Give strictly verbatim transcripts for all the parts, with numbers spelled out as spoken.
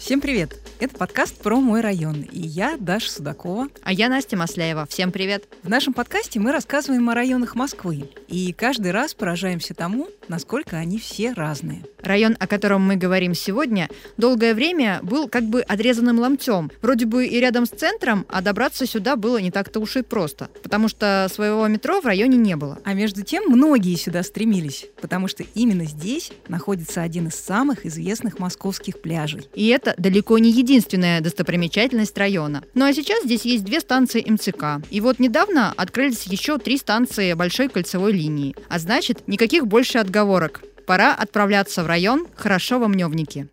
Всем привет! Это подкаст про мой район, и я Даша Судакова. А я Настя Масляева. Всем привет! В нашем подкасте мы рассказываем о районах Москвы, и каждый раз поражаемся тому, насколько они все разные. Район, о котором мы говорим сегодня, долгое время был как бы отрезанным ломтем. Вроде бы и рядом с центром, а добраться сюда было не так-то уж и просто, потому что своего метро в районе не было. А между тем многие сюда стремились, потому что именно здесь находится один из самых известных московских пляжей. И это далеко не единственная достопримечательность района. Ну а сейчас здесь есть две станции эм цэ ка. И вот недавно открылись еще три станции Большой кольцевой линии. А значит, никаких больше отговорок. Пора отправляться в район Хорошово-Мневники.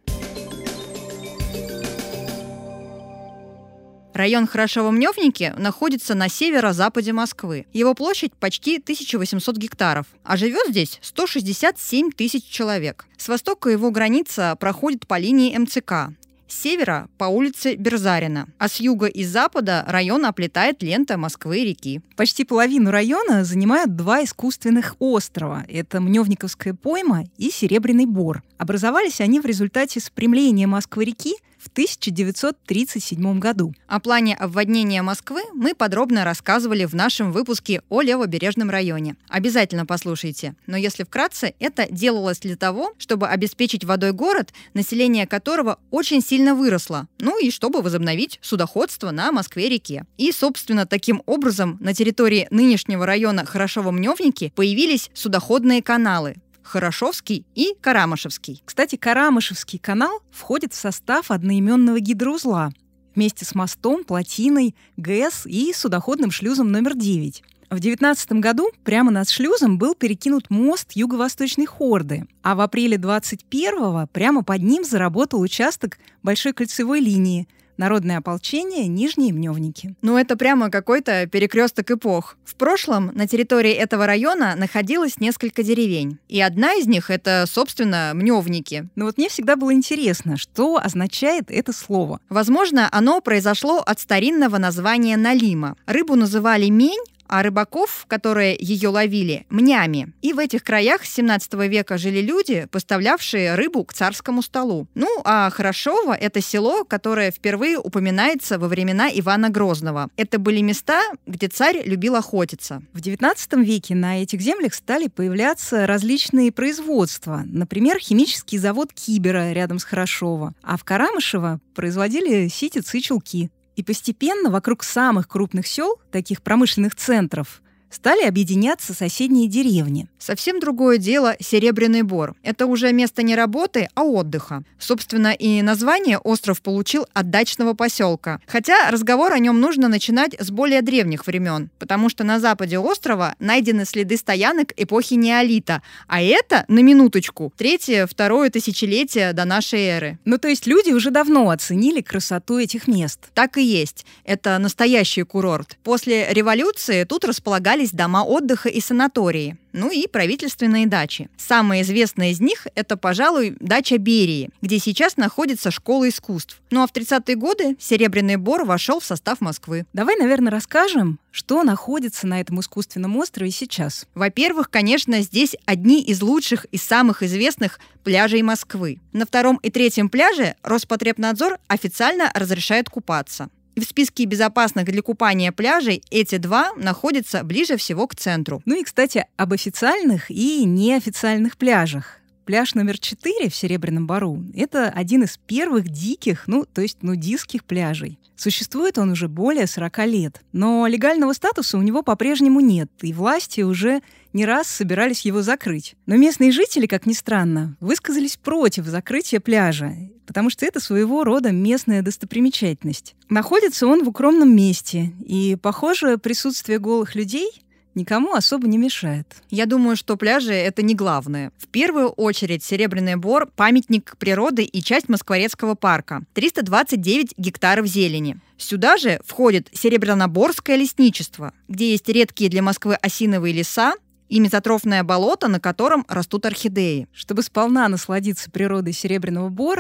Район Хорошово-Мневники находится на северо-западе Москвы. Его площадь почти тысяча восемьсот гектаров, а живет здесь сто шестьдесят семь тысяч человек. С востока его граница проходит по линии эм цэ ка. С севера по улице Берзарина, а с юга и запада район оплетает лента Москвы-реки. Почти половину района занимают два искусственных острова. Это Мневниковская пойма и Серебряный Бор. Образовались они в результате спрямления Москвы-реки в тысяча девятьсот тридцать седьмом году. О плане обводнения Москвы мы подробно рассказывали в нашем выпуске о Левобережном районе. Обязательно послушайте. Но если вкратце, это делалось для того, чтобы обеспечить водой город, население которого очень сильно выросло, ну и чтобы возобновить судоходство на Москве-реке. И, собственно, таким образом на территории нынешнего района Хорошово-Мневники появились судоходные каналы – Хорошовский и Карамышевский. Кстати, Карамышевский канал входит в состав одноименного гидроузла вместе с мостом, плотиной, ГЭС и судоходным шлюзом номер девять. В девятнадцатом году прямо над шлюзом был перекинут мост Юго-Восточной Хорды, а в апреле двадцать первого прямо под ним заработал участок Большой кольцевой линии Народное ополчение Нижние Мневники. Ну, это прямо какой-то перекресток эпох. В прошлом на территории этого района находилось несколько деревень. И одна из них — это, собственно, Мневники. Но вот мне всегда было интересно, что означает это слово. Возможно, оно произошло от старинного названия налима. Рыбу называли мень, а рыбаков, которые ее ловили, мнями. И в этих краях с семнадцатого века жили люди, поставлявшие рыбу к царскому столу. Ну, а Хорошово — это село, которое впервые упоминается во времена Ивана Грозного. Это были места, где царь любил охотиться. В девятнадцатом веке на этих землях стали появляться различные производства. Например, химический завод Кибера рядом с Хорошово. А в Карамышево производили ситец и чулки. И постепенно вокруг самых крупных сел, таких промышленных центров, стали объединяться соседние деревни. Совсем другое дело Серебряный Бор. Это уже место не работы, а отдыха. Собственно, и название остров получил от дачного поселка. Хотя разговор о нем нужно начинать с более древних времен, потому что на западе острова найдены следы стоянок эпохи неолита. А это, на минуточку, третье-второе тысячелетие до нашей эры. Ну, то есть люди уже давно оценили красоту этих мест. Так и есть. Это настоящий курорт. После революции тут располагались дома отдыха и санатории, ну и правительственные дачи. Самая известная из них – это, пожалуй, дача Берии, где сейчас находится школа искусств. Ну а в тридцатые годы Серебряный Бор вошел в состав Москвы. Давай, наверное, расскажем, что находится на этом искусственном острове сейчас. Во-первых, конечно, здесь одни из лучших и самых известных пляжей Москвы. На втором и третьем пляже Роспотребнадзор официально разрешает купаться. В списке безопасных для купания пляжей эти два находятся ближе всего к центру. Ну и, кстати, об официальных и неофициальных пляжах. Пляж номер четыре в Серебряном Бору — это один из первых диких, ну, то есть нудистских пляжей. Существует он уже более сорока лет, но легального статуса у него по-прежнему нет, и власти уже не раз собирались его закрыть. Но местные жители, как ни странно, высказались против закрытия пляжа, потому что это своего рода местная достопримечательность. Находится он в укромном месте, и, похоже, присутствие голых людей никому особо не мешает. Я думаю, что пляжи — это не главное. В первую очередь Серебряный Бор — памятник природы и часть Москворецкого парка. триста двадцать девять гектаров зелени. Сюда же входит Серебряноборское лесничество, где есть редкие для Москвы осиновые леса и мезотрофное болото, на котором растут орхидеи. Чтобы сполна насладиться природой Серебряного Бора,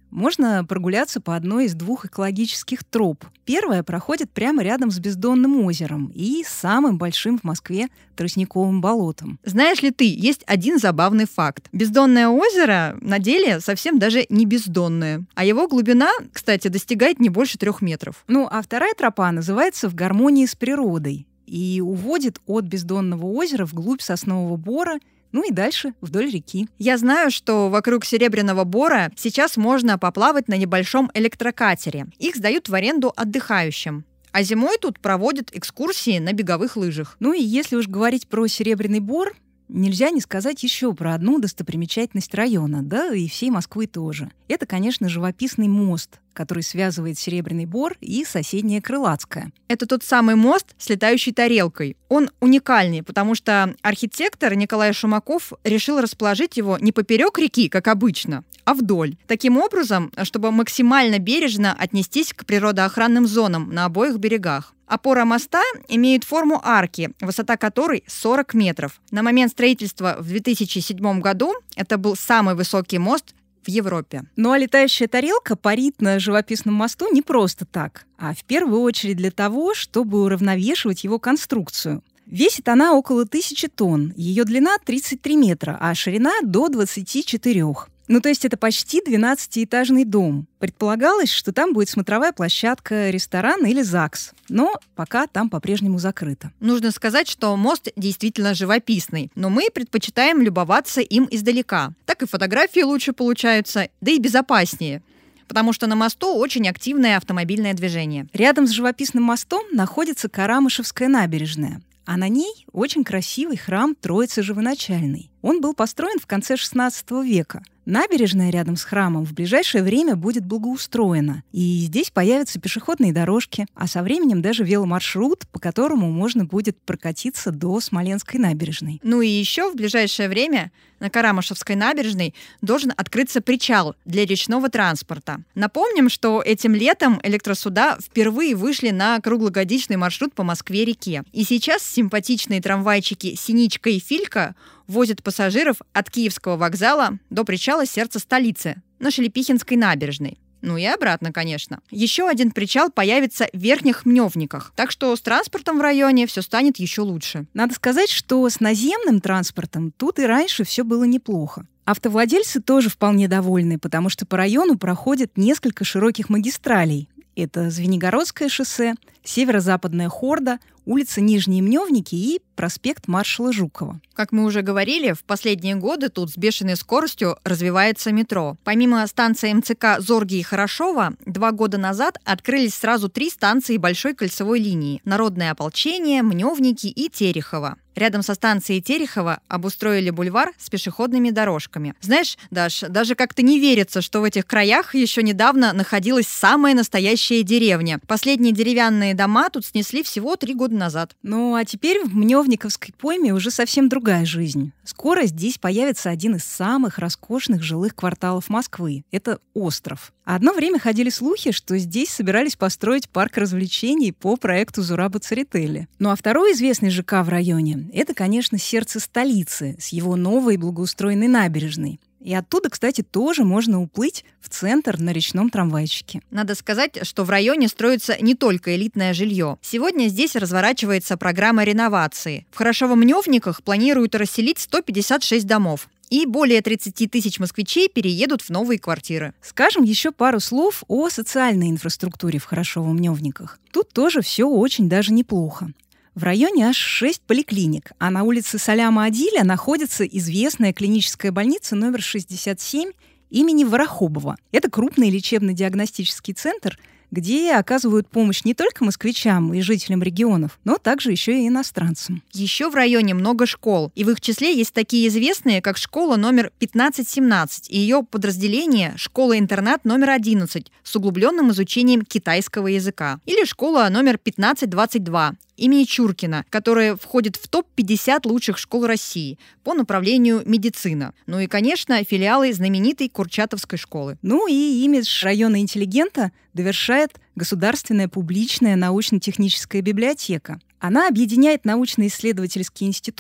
Можно прогуляться по одной из двух экологических троп. Первая проходит прямо рядом с Бездонным озером и самым большим в Москве тростниковым болотом. Знаешь ли ты, есть один забавный факт. Бездонное озеро на деле совсем даже не бездонное. А его глубина, кстати, достигает не больше трех метров. Ну, а вторая тропа называется «В гармонии с природой» и уводит от Бездонного озера вглубь Соснового Бора, ну и дальше вдоль реки. Я знаю, что вокруг Серебряного Бора сейчас можно поплавать на небольшом электрокатере. Их сдают в аренду отдыхающим. А зимой тут проводят экскурсии на беговых лыжах. Ну и если уж говорить про Серебряный Бор, нельзя не сказать еще про одну достопримечательность района, да и всей Москвы тоже. Это, конечно, живописный мост, который связывает Серебряный Бор и соседнее Крылатское. Это тот самый мост с летающей тарелкой. Он уникальный, потому что архитектор Николай Шумаков решил расположить его не поперек реки, как обычно, а вдоль. Таким образом, чтобы максимально бережно отнестись к природоохранным зонам на обоих берегах. Опора моста имеет форму арки, высота которой сорок метров. На момент строительства в две тысячи седьмом году это был самый высокий мост в Европе. Ну а летающая тарелка парит на живописном мосту не просто так, а в первую очередь для того, чтобы уравновешивать его конструкцию. Весит она около тысячи тонн, ее длина тридцать три метра, а ширина до двадцати четырёх. Ну, то есть это почти двенадцатиэтажный дом. Предполагалось, что там будет смотровая площадка, ресторан или ЗАГС. Но пока там по-прежнему закрыто. Нужно сказать, что мост действительно живописный, но мы предпочитаем любоваться им издалека. Так и фотографии лучше получаются, да и безопаснее. Потому что на мосту очень активное автомобильное движение. Рядом с живописным мостом находится Карамышевская набережная. А на ней очень красивый храм Троицы Живоначальной. Он был построен в конце шестнадцатого века. Набережная рядом с храмом в ближайшее время будет благоустроена. И здесь появятся пешеходные дорожки, а со временем даже веломаршрут, по которому можно будет прокатиться до Смоленской набережной. Ну и еще в ближайшее время на Карамышевской набережной должен открыться причал для речного транспорта. Напомним, что этим летом электросуда впервые вышли на круглогодичный маршрут по Москве-реке. И сейчас симпатичные трамвайчики «Синичка» и «Филька» возят пассажиров от Киевского вокзала до причала сердца столицы на Шелепихинской набережной. Ну и обратно, конечно. Еще один причал появится в Верхних Мневниках, так что с транспортом в районе все станет еще лучше. Надо сказать, что с наземным транспортом тут и раньше все было неплохо. Автовладельцы тоже вполне довольны, потому что по району проходит несколько широких магистралей. Это Звенигородское шоссе, Северо-Западная Хорда, улица Нижние Мневники и проспект Маршала Жукова. Как мы уже говорили, в последние годы тут с бешеной скоростью развивается метро. Помимо станции эм цэ ка Зорги и Хорошова, два года назад открылись сразу три станции большой кольцевой линии – Народное ополчение, Мневники и Терехово. Рядом со станцией Терехово обустроили бульвар с пешеходными дорожками. Знаешь, Даш, даже как-то не верится, что в этих краях еще недавно находилась самая настоящая деревня. Последние деревянные дома тут снесли всего три года назад. Ну, а теперь в Мневниковской пойме уже совсем другая жизнь. Скоро здесь появится один из самых роскошных жилых кварталов Москвы. Это Остров. Одно время ходили слухи, что здесь собирались построить парк развлечений по проекту Зураба Церетели. Ну а второй известный ЖК в районе — это, конечно, сердце столицы с его новой благоустроенной набережной. И оттуда, кстати, тоже можно уплыть в центр на речном трамвайчике. Надо сказать, что в районе строится не только элитное жилье. Сегодня здесь разворачивается программа реновации. В Хорошово-Мневниках планируют расселить сто пятьдесят шесть домов. И более тридцать тысяч москвичей переедут в новые квартиры. Скажем еще пару слов о социальной инфраструктуре в Хорошово-Мневниках. Тут тоже все очень даже неплохо. В районе аж шесть поликлиник, а на улице Саляма-Адиля находится известная клиническая больница номер шестьдесят семь имени Ворохобова. Это крупный лечебно-диагностический центр, где оказывают помощь не только москвичам и жителям регионов, но также еще и иностранцам. Еще в районе много школ, и в их числе есть такие известные, как школа номер пятнадцать семнадцать и ее подразделение школа-интернат номер одиннадцать с углубленным изучением китайского языка, или школа номер пятнадцать двадцать два имени Чуркина, которая входит в топ пятьдесят лучших школ России по направлению медицина. Ну и, конечно, филиалы знаменитой Курчатовской школы. Ну и имидж района интеллигента довершает Государственная публичная научно-техническая библиотека. Она объединяет научно-исследовательский институт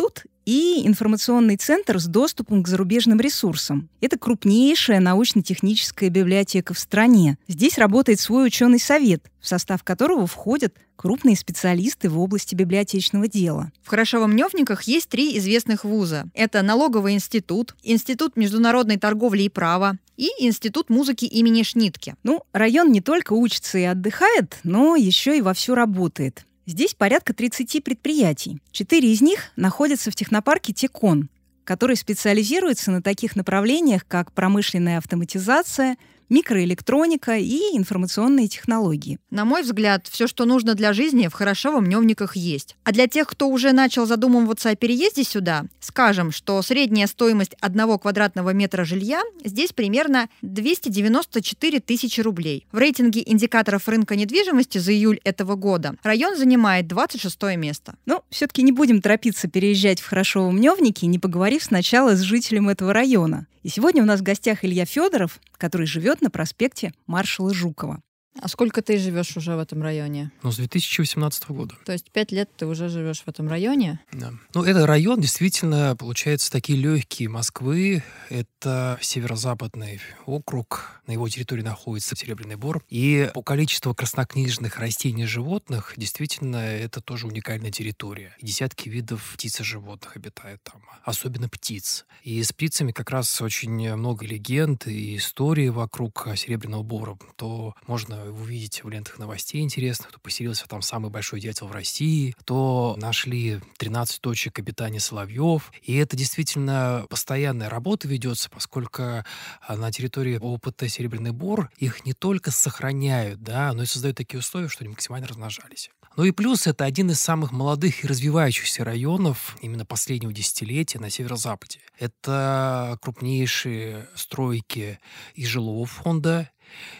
и информационный центр с доступом к зарубежным ресурсам. Это крупнейшая научно-техническая библиотека в стране. Здесь работает свой ученый совет, в состав которого входят крупные специалисты в области библиотечного дела. В Хорошово-Мневниках есть три известных вуза. Это Налоговый институт, Институт международной торговли и права и Институт музыки имени Шнитке. Ну, район не только учится и отдыхает, но еще и вовсю работает. Здесь порядка тридцати предприятий. Четыре из них находятся в технопарке «Текон», который специализируется на таких направлениях, как промышленная автоматизация, микроэлектроника и информационные технологии. На мой взгляд, все, что нужно для жизни, в Хорошово-Мневниках есть. А для тех, кто уже начал задумываться о переезде сюда, скажем, что средняя стоимость одного квадратного метра жилья здесь примерно двести девяносто четыре тысячи рублей. В рейтинге индикаторов рынка недвижимости за июль этого года район занимает двадцать шестое место. Но все-таки не будем торопиться переезжать в Хорошово-Мневники, не поговорив сначала с жителем этого района. И сегодня у нас в гостях Илья Федоров, который живет на проспекте Маршала Жукова. А сколько ты живешь уже в этом районе? Ну, с две тысячи восемнадцатого года. То есть пять лет ты уже живешь в этом районе? Да. Ну, этот район действительно, получается, такие легкие Москвы. Это северо-западный округ. На его территории находится Серебряный Бор. И по количеству краснокнижных растений и животных, действительно, это тоже уникальная территория. И десятки видов птиц и животных обитают там. Особенно птиц. И с птицами как раз очень много легенд и историй вокруг Серебряного Бора. То можно увидеть в лентах новостей интересных, то поселился там самый большой дятел в России, то нашли тринадцать точек обитания соловьев. И это действительно постоянная работа ведется, поскольку на территории опыта Серебряный Бор их не только сохраняют, да, но и создают такие условия, что они максимально размножались. Ну и плюс это один из самых молодых и развивающихся районов именно последнего десятилетия на северо-западе. Это крупнейшие стройки и жилого фонда,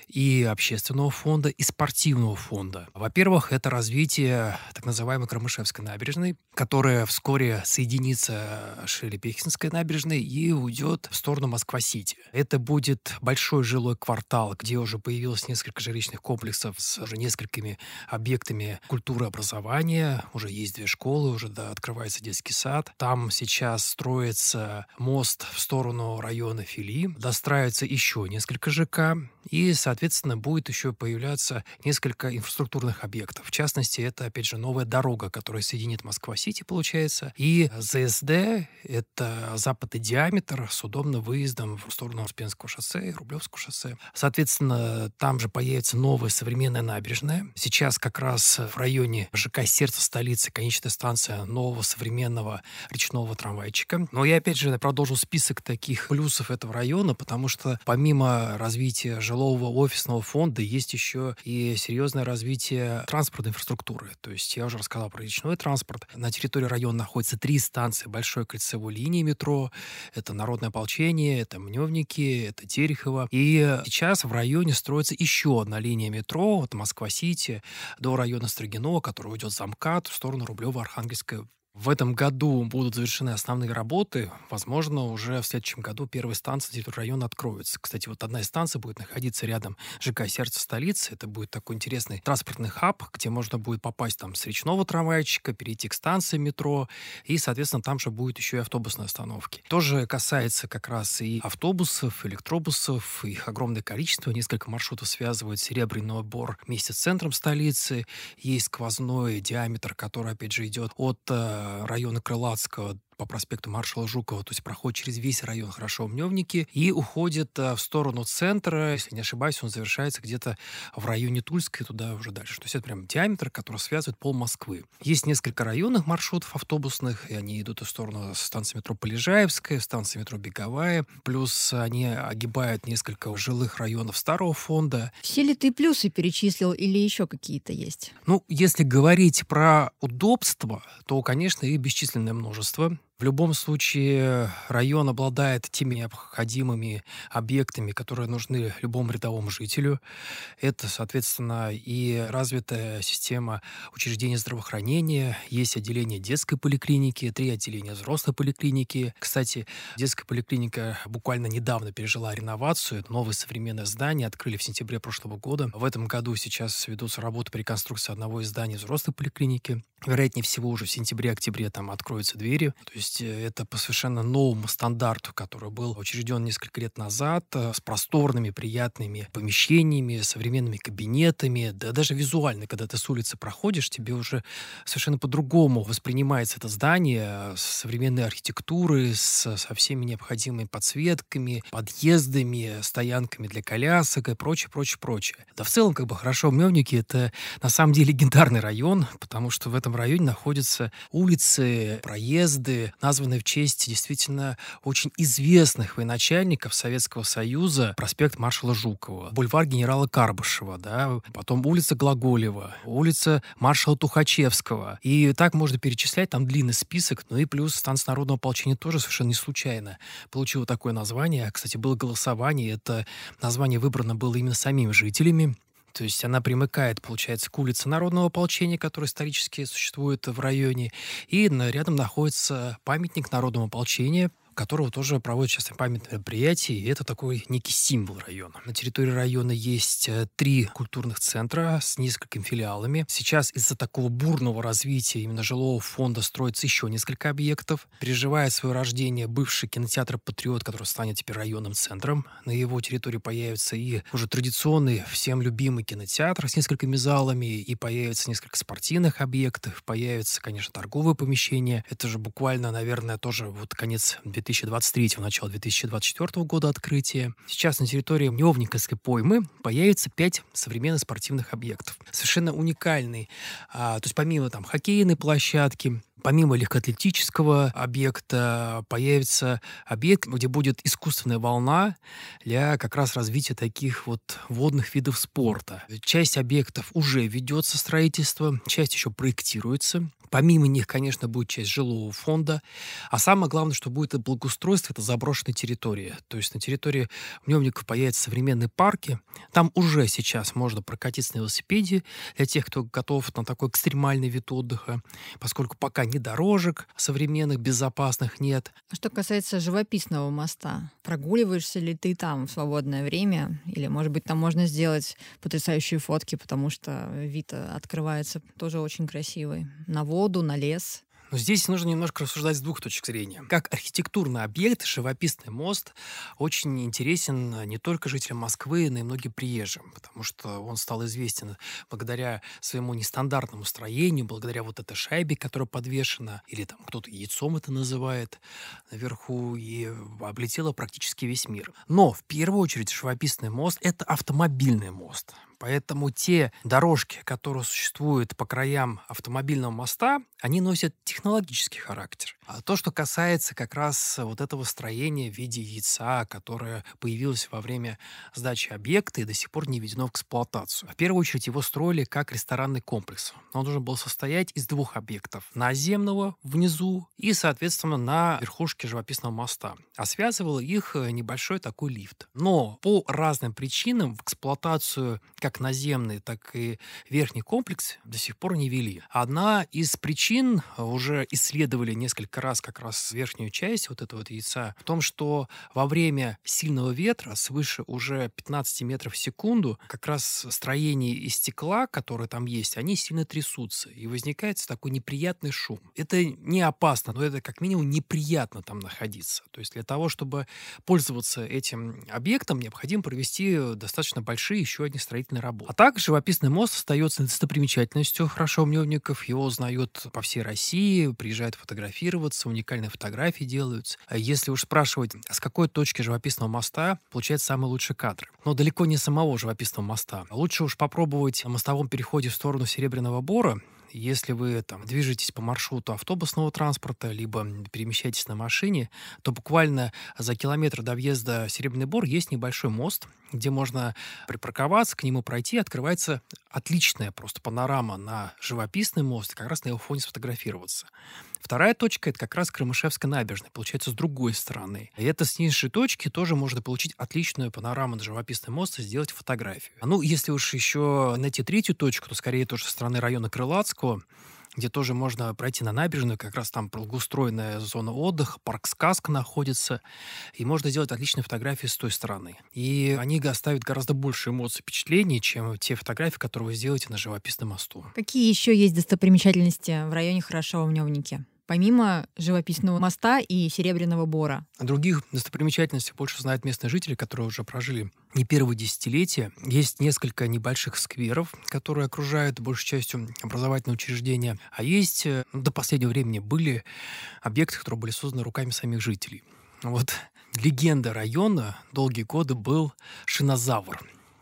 и общественного фонда, и спортивного фонда. Во-первых, это развитие так называемой Крамышевской набережной, которая вскоре соединится с Шелепехинской набережной и уйдет в сторону Москва-Сити. Это будет большой жилой квартал, где уже появилось несколько жилищных комплексов с уже несколькими объектами культуры и образования. Уже есть две школы, уже да, открывается детский сад. Там сейчас строится мост в сторону района Фили. Достраивается еще несколько ЖК. И, соответственно, будет еще появляться несколько инфраструктурных объектов. В частности, это, опять же, новая дорога, которая соединит Москва-Сити, получается, и ЗСД — это западный диаметр с удобным выездом в сторону Успенского шоссе и Рублевского шоссе. Соответственно, там же появится новая современная набережная. Сейчас как раз в районе ЖК «Сердце столицы» конечная станция нового современного речного трамвайчика. Но я, опять же, продолжу список таких плюсов этого района, потому что помимо развития жилого офисного фонда есть еще и серьезное развитие транспортной инфраструктуры. То есть я уже рассказал про речной транспорт. На территории района находятся три станции большой кольцевой линии метро. Это Народное ополчение, это Мневники, это Терехово. И сейчас в районе строится еще одна линия метро от Москва-Сити до района Строгино, который уйдет за МКАД в сторону Рублево-Архангельской. В этом году будут завершены основные работы. Возможно, уже в следующем году первые станции территории района откроются. Кстати, вот одна из станций будет находиться рядом с ЖК «Сердце столицы». Это будет такой интересный транспортный хаб, где можно будет попасть там с речного трамвайчика, перейти к станции метро, и, соответственно, там же будет еще и автобусные остановки. Тоже касается как раз и автобусов, электробусов. Их огромное количество. Несколько маршрутов связывают Серебряный Бор вместе с центром столицы. Есть сквозной диаметр, который, опять же, идет от района Крылатского по проспекту Маршала Жукова, то есть проходит через весь район Хорошово-Мневники и уходит а, в сторону центра. Если не ошибаюсь, он завершается где-то в районе Тульской, туда уже дальше. То есть это прям диаметр, который связывает пол Москвы. Есть несколько районных маршрутов автобусных, и они идут в сторону станции метро Полежаевская, станции метро Беговая, плюс они огибают несколько жилых районов старого фонда. Все ли ты плюсы перечислил или еще какие-то есть? Ну, если говорить про удобство, то, конечно, их бесчисленное множество. В любом случае район обладает теми необходимыми объектами, которые нужны любому рядовому жителю. Это, соответственно, и развитая система учреждений здравоохранения, есть отделение детской поликлиники, три отделения взрослой поликлиники. Кстати, детская поликлиника буквально недавно пережила реновацию. Это новое современное здание открыли в сентябре прошлого года. В этом году сейчас ведутся работы по реконструкции одного из зданий взрослой поликлиники. Вероятнее всего, уже в сентябре-октябре там откроются двери. То есть есть это по совершенно новому стандарту, который был учрежден несколько лет назад, с просторными, приятными помещениями, современными кабинетами. Да даже визуально, когда ты с улицы проходишь, тебе уже совершенно по-другому воспринимается это здание с современной архитектурой, с, со всеми необходимыми подсветками, подъездами, стоянками для колясок и прочее, прочее, прочее. Да в целом, как бы хорошо, Мневники — это на самом деле легендарный район, потому что в этом районе находятся улицы, проезды, названные в честь действительно очень известных военачальников Советского Союза. Проспект маршала Жукова, бульвар генерала Карбышева, да, потом улица Глаголева, улица маршала Тухачевского. И так можно перечислять, там длинный список. Ну и плюс станция народного ополчения тоже совершенно не случайно получила такое название. Кстати, было голосование, это название выбрано было именно самими жителями. То есть она примыкает, получается, к улице Народного ополчения, которая исторически существует в районе. И рядом находится памятник Народному ополчению, которого тоже проводят часто памятные мероприятия, и это такой некий символ района. На территории района есть три культурных центра с несколькими филиалами. Сейчас из-за такого бурного развития именно жилого фонда строится еще несколько объектов. Переживает свое рождение бывший кинотеатр «Патриот», который станет теперь районным центром. На его территории появится и уже традиционный, всем любимый кинотеатр с несколькими залами, и появится несколько спортивных объектов, появится, конечно, торговое помещение. Это же буквально, наверное, тоже вот конец две тысячи двадцать третьего, начало две тысячи двадцать четвёртого года открытия. Сейчас на территории Мневниковской поймы появится пять современных спортивных объектов. Совершенно уникальный. А, то есть помимо там хоккейной площадки, помимо легкоатлетического объекта, появится объект, где будет искусственная волна для как раз развития таких вот водных видов спорта. Часть объектов уже ведется строительство, часть еще проектируется. Помимо них, конечно, будет часть жилого фонда. А самое главное, что будет это благоустройство, это заброшенная территория. То есть на территории Мневников появятся современные парки. Там уже сейчас можно прокатиться на велосипеде для тех, кто готов на такой экстремальный вид отдыха, поскольку пока ни дорожек современных, безопасных нет. А что касается живописного моста, прогуливаешься ли ты там в свободное время? Или, может быть, там можно сделать потрясающие фотки, потому что вид открывается тоже очень красивый. На воду, на лес. Но здесь нужно немножко рассуждать с двух точек зрения. Как архитектурный объект, живописный мост очень интересен не только жителям Москвы, но и многим приезжим, потому что он стал известен благодаря своему нестандартному строению, благодаря вот этой шайбе, которая подвешена, или там кто-то яйцом это называет, наверху, и облетела практически весь мир. Но в первую очередь живописный мост — это автомобильный мост. Поэтому те дорожки, которые существуют по краям автомобильного моста, они носят технологический характер. А то, что касается как раз вот этого строения в виде яйца, которое появилось во время сдачи объекта и до сих пор не введено в эксплуатацию. В первую очередь его строили как ресторанный комплекс. Он должен был состоять из двух объектов. Наземного внизу и, соответственно, на верхушке живописного моста. А связывал их небольшой такой лифт. Но по разным причинам в эксплуатацию как наземный, так и верхний комплекс до сих пор не вели. Одна из причин, уже исследовали несколько раз как раз верхнюю часть вот этого вот яйца, в том, что во время сильного ветра свыше уже пятнадцать метров в секунду как раз строение из стекла, которое там есть, они сильно трясутся, и возникает такой неприятный шум. Это не опасно, но это как минимум неприятно там находиться. То есть для того, чтобы пользоваться этим объектом, необходимо провести достаточно большие еще одни строительные работы. А так живописный мост остается достопримечательностью хорошо Мневников. Его узнают по всей России, приезжают фотографироваться, уникальные фотографии делаются. Если уж спрашивать, с какой точки живописного моста получают самые лучшие кадры. Но далеко не самого живописного моста. Лучше уж попробовать на мостовом переходе в сторону Серебряного Бора. Если вы там движетесь по маршруту автобусного транспорта, либо перемещаетесь на машине, то буквально за километр до въезда в Серебряный Бор есть небольшой мост, где можно припарковаться, к нему пройти, открывается отличная просто панорама на живописный мост, и как раз на его фоне сфотографироваться. Вторая точка — это как раз Крымышевская набережная, получается, с другой стороны. И это с низшей точки тоже можно получить отличную панораму на живописный мост и сделать фотографию. Ну, если уж еще найти третью точку, то скорее тоже со стороны района Крылатского, где тоже можно пройти на набережную, как раз там благоустроенная зона отдыха, парк «Сказка» находится, и можно сделать отличные фотографии с той стороны. И они оставят гораздо больше эмоций, впечатлений, чем те фотографии, которые вы сделаете на живописном мосту. Какие еще есть достопримечательности в районе Хорошова в Мневнике? помимо живописного моста и Серебряного Бора? О других достопримечательностях больше знают местные жители, которые уже прожили не первые десятилетия. Есть несколько небольших скверов, которые окружают большей частью образовательные учреждения. А есть, ну, до последнего времени были объекты, которые были созданы руками самих жителей. Вот легенда района долгие годы был шинозавр.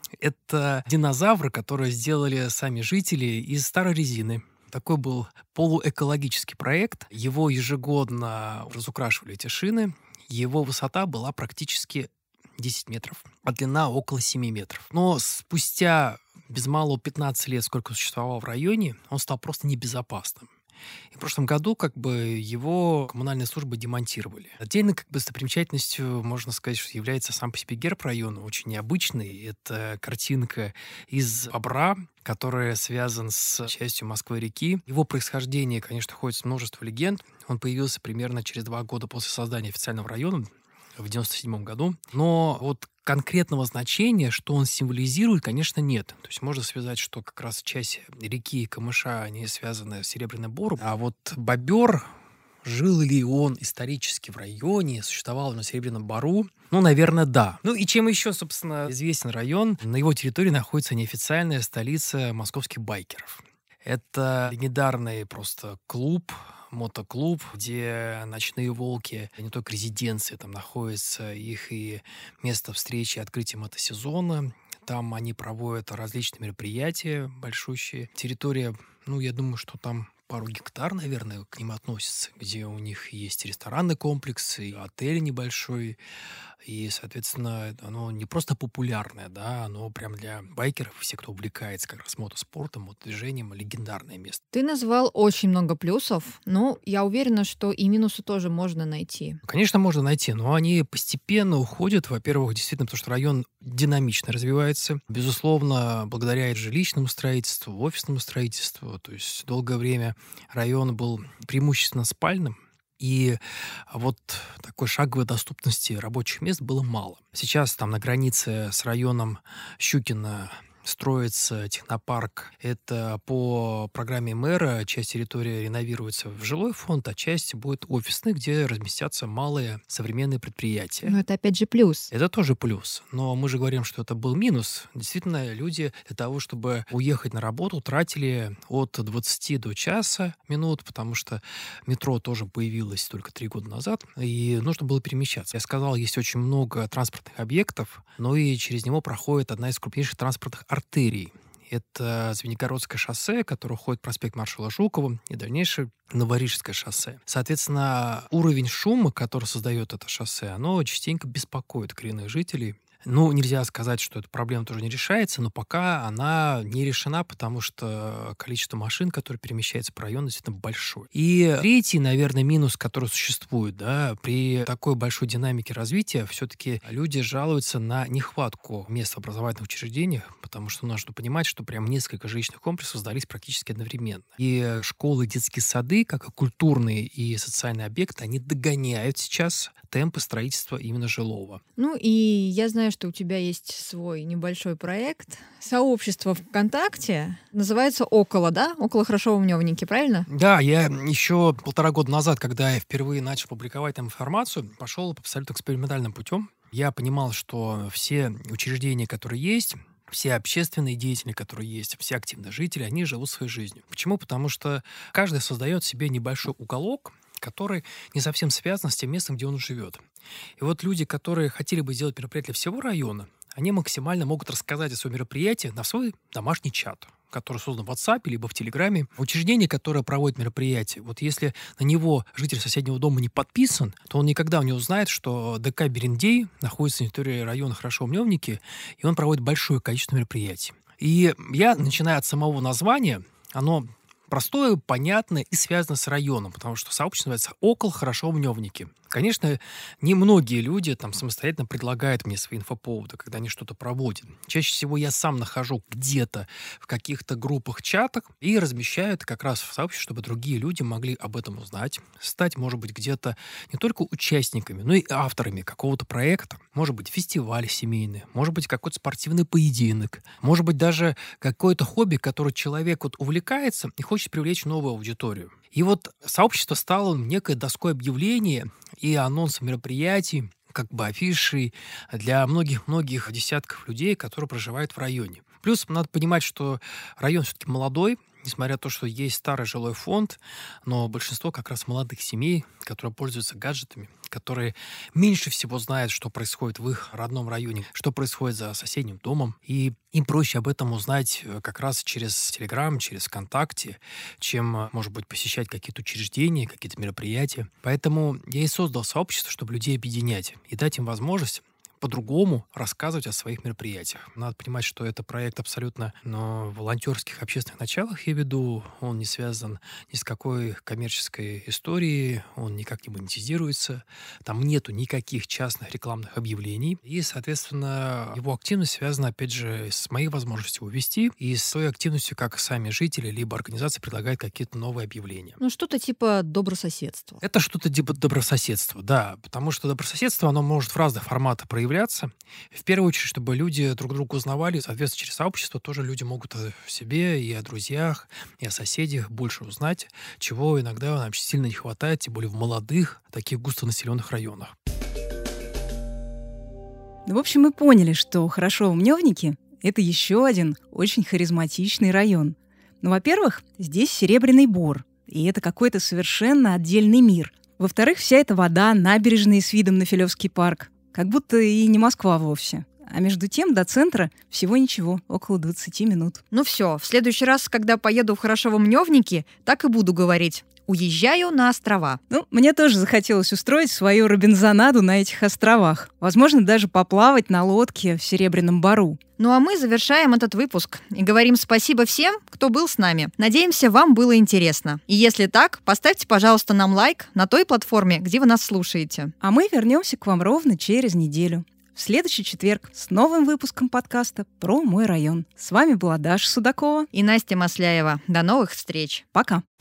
Это динозавр, который сделали сами жители из старой резины. Такой был полуэкологический проект. Его ежегодно разукрашивали эти шины. Его высота была практически десять метров, а длина около семи метров. Но спустя без малого пятнадцать лет, сколько он существовал в районе, он стал просто небезопасным. И в прошлом году как бы его коммунальные службы демонтировали. Отдельной как бы достопримечательностью, можно сказать, что является сам по себе герб района, очень необычный. Это картинка из бобра, который связан с частью Москвы-реки. Его происхождение, конечно, ходит множество легенд. Он появился примерно через два года после создания официального района, в девяносто седьмом году. Но вот конкретного значения, что он символизирует, конечно, нет. То есть можно связать, что как раз часть реки и камыша, они связаны с Серебряным Бором. А вот бобер, жил ли он исторически в районе, существовал на Серебряном Бору? Ну, наверное, да. Ну и чем еще, собственно, известен район? На его территории находится неофициальная столица московских байкеров. Это легендарный просто клуб, мотоклуб, где ночные волки, не только резиденции, там находится их и место встречи, открытия мотосезона. Там они проводят различные мероприятия большущие. Территория, ну, я думаю, что там пару гектар, наверное, к ним относится, где у них есть ресторанный комплекс, и отель небольшой. И, соответственно, оно не просто популярное, да, оно прям для байкеров, все, кто увлекается как раз мотоспортом, мотодвижением, легендарное место. Ты назвал очень много плюсов, но я уверена, что и минусы тоже можно найти. Конечно, можно найти, но они постепенно уходят. Во-первых, действительно, потому что район динамично развивается. Безусловно, благодаря жилищному строительству, офисному строительству. То есть долгое время район был преимущественно спальным. И вот такой шаговой доступности рабочих мест было мало. Сейчас там на границе с районом Щукино строится технопарк. Это по программе мэра часть территории реновируется в жилой фонд, а часть будет офисной, где разместятся малые современные предприятия. Но это опять же плюс. Это тоже плюс. Но мы же говорим, что это был минус. Действительно, люди для того, чтобы уехать на работу, тратили от двадцати до часа минут, потому что метро тоже появилось только три года назад, и нужно было перемещаться. Я сказал, есть очень много транспортных объектов, но и через него проходит одна из крупнейших транспортных артерий. Это Звенигородское шоссе, которое уходит проспект маршала Жукова, и дальнейшее Новорижское шоссе. Соответственно, уровень шума, который создает это шоссе, оно частенько беспокоит коренных жителей. Ну, нельзя сказать, что эта проблема тоже не решается, но пока она не решена, потому что количество машин, которые перемещаются по району, действительно большое. И третий, наверное, минус, который существует, да, при такой большой динамике развития, все-таки люди жалуются на нехватку мест в образовательных учреждениях, потому что нужно понимать, что прям несколько жилищных комплексов создались практически одновременно. И школы, детские сады, как и культурные и социальные объекты, они догоняют сейчас темпы строительства именно жилого. Ну и я знаю, что у тебя есть свой небольшой проект. Сообщество ВКонтакте называется «Около», да? «Около хорошо в Мневнике», правильно? Да, я еще полтора года назад, когда я впервые начал публиковать там информацию, пошел абсолютно экспериментальным путем. Я понимал, что все учреждения, которые есть, все общественные деятели, которые есть, все активные жители, они живут своей жизнью. Почему? Потому что каждый создает себе небольшой уголок, который не совсем связан с тем местом, где он живет. И вот люди, которые хотели бы сделать мероприятие для всего района, они максимально могут рассказать о своем мероприятии на свой домашний чат, который создан в WhatsApp либо в Телеграме. Учреждение, которое проводит мероприятие, вот если на него житель соседнего дома не подписан, то он никогда не узнает, что ДК «Берендей» находится на территории района хорошо в Мневнике, и он проводит большое количество мероприятий. И я, начиная от самого названия, оно простое, понятное и связано с районом, потому что сообщество называется «Около хорошо в Мневнике». Конечно, не многие люди там самостоятельно предлагают мне свои инфоповоды, когда они что-то проводят. Чаще всего я сам нахожу где-то в каких-то группах, чатах и размещаю это как раз в сообществе, чтобы другие люди могли об этом узнать, стать, может быть, где-то не только участниками, но и авторами какого-то проекта. Может быть, фестиваль семейный, может быть, какой-то спортивный поединок, может быть, даже какое-то хобби, которое человек вот увлекается и хочет привлечь новую аудиторию. И вот сообщество стало некой доской объявлений и анонсом мероприятий, как бы афишей для многих-многих десятков людей, которые проживают в районе. Плюс надо понимать, что район все-таки молодой, несмотря на то, что есть старый жилой фонд, но большинство как раз молодых семей, которые пользуются гаджетами, которые меньше всего знают, что происходит в их родном районе, что происходит за соседним домом. И им проще об этом узнать как раз через Телеграм, через ВКонтакте, чем, может быть, посещать какие-то учреждения, какие-то мероприятия. Поэтому я и создал сообщество, чтобы людей объединять и дать им возможность по-другому рассказывать о своих мероприятиях. Надо понимать, что это проект абсолютно на волонтерских общественных началах я веду. Он не связан ни с какой коммерческой историей, он никак не монетизируется. Там нету никаких частных рекламных объявлений. И, соответственно, его активность связана, опять же, с моей возможностью его вести и с той активностью, как сами жители либо организации предлагают какие-то новые объявления. Ну, что-то типа добрососедства. Это что-то типа добрососедства, да. Потому что добрососедство, оно может в разных форматах проявляться. В первую очередь, чтобы люди друг друга узнавали, соответственно, через сообщество тоже люди могут о себе и о друзьях, и о соседях больше узнать, чего иногда нам сильно не хватает, тем более в молодых, таких густонаселенных районах. Ну, в общем, мы поняли, что Хорошово-Мневники — это еще один очень харизматичный район. Ну, во-первых, здесь Серебряный Бор, и это какой-то совершенно отдельный мир. Во-вторых, вся эта вода, набережные с видом на Филевский парк, как будто и не Москва вовсе. А между тем до центра всего ничего, около двадцати минут. Ну все, в следующий раз, когда поеду в Хорошово-Мневники, так и буду говорить. Уезжаю на острова. Ну, мне тоже захотелось устроить свою робинзонаду на этих островах. Возможно, даже поплавать на лодке в Серебряном Бору. Ну а мы завершаем этот выпуск и говорим спасибо всем, кто был с нами. Надеемся, вам было интересно. И если так, поставьте, пожалуйста, нам лайк на той платформе, где вы нас слушаете. А мы вернемся к вам ровно через неделю. В следующий четверг с новым выпуском подкаста про мой район. С вами была Даша Судакова и Настя Масляева. До новых встреч. Пока.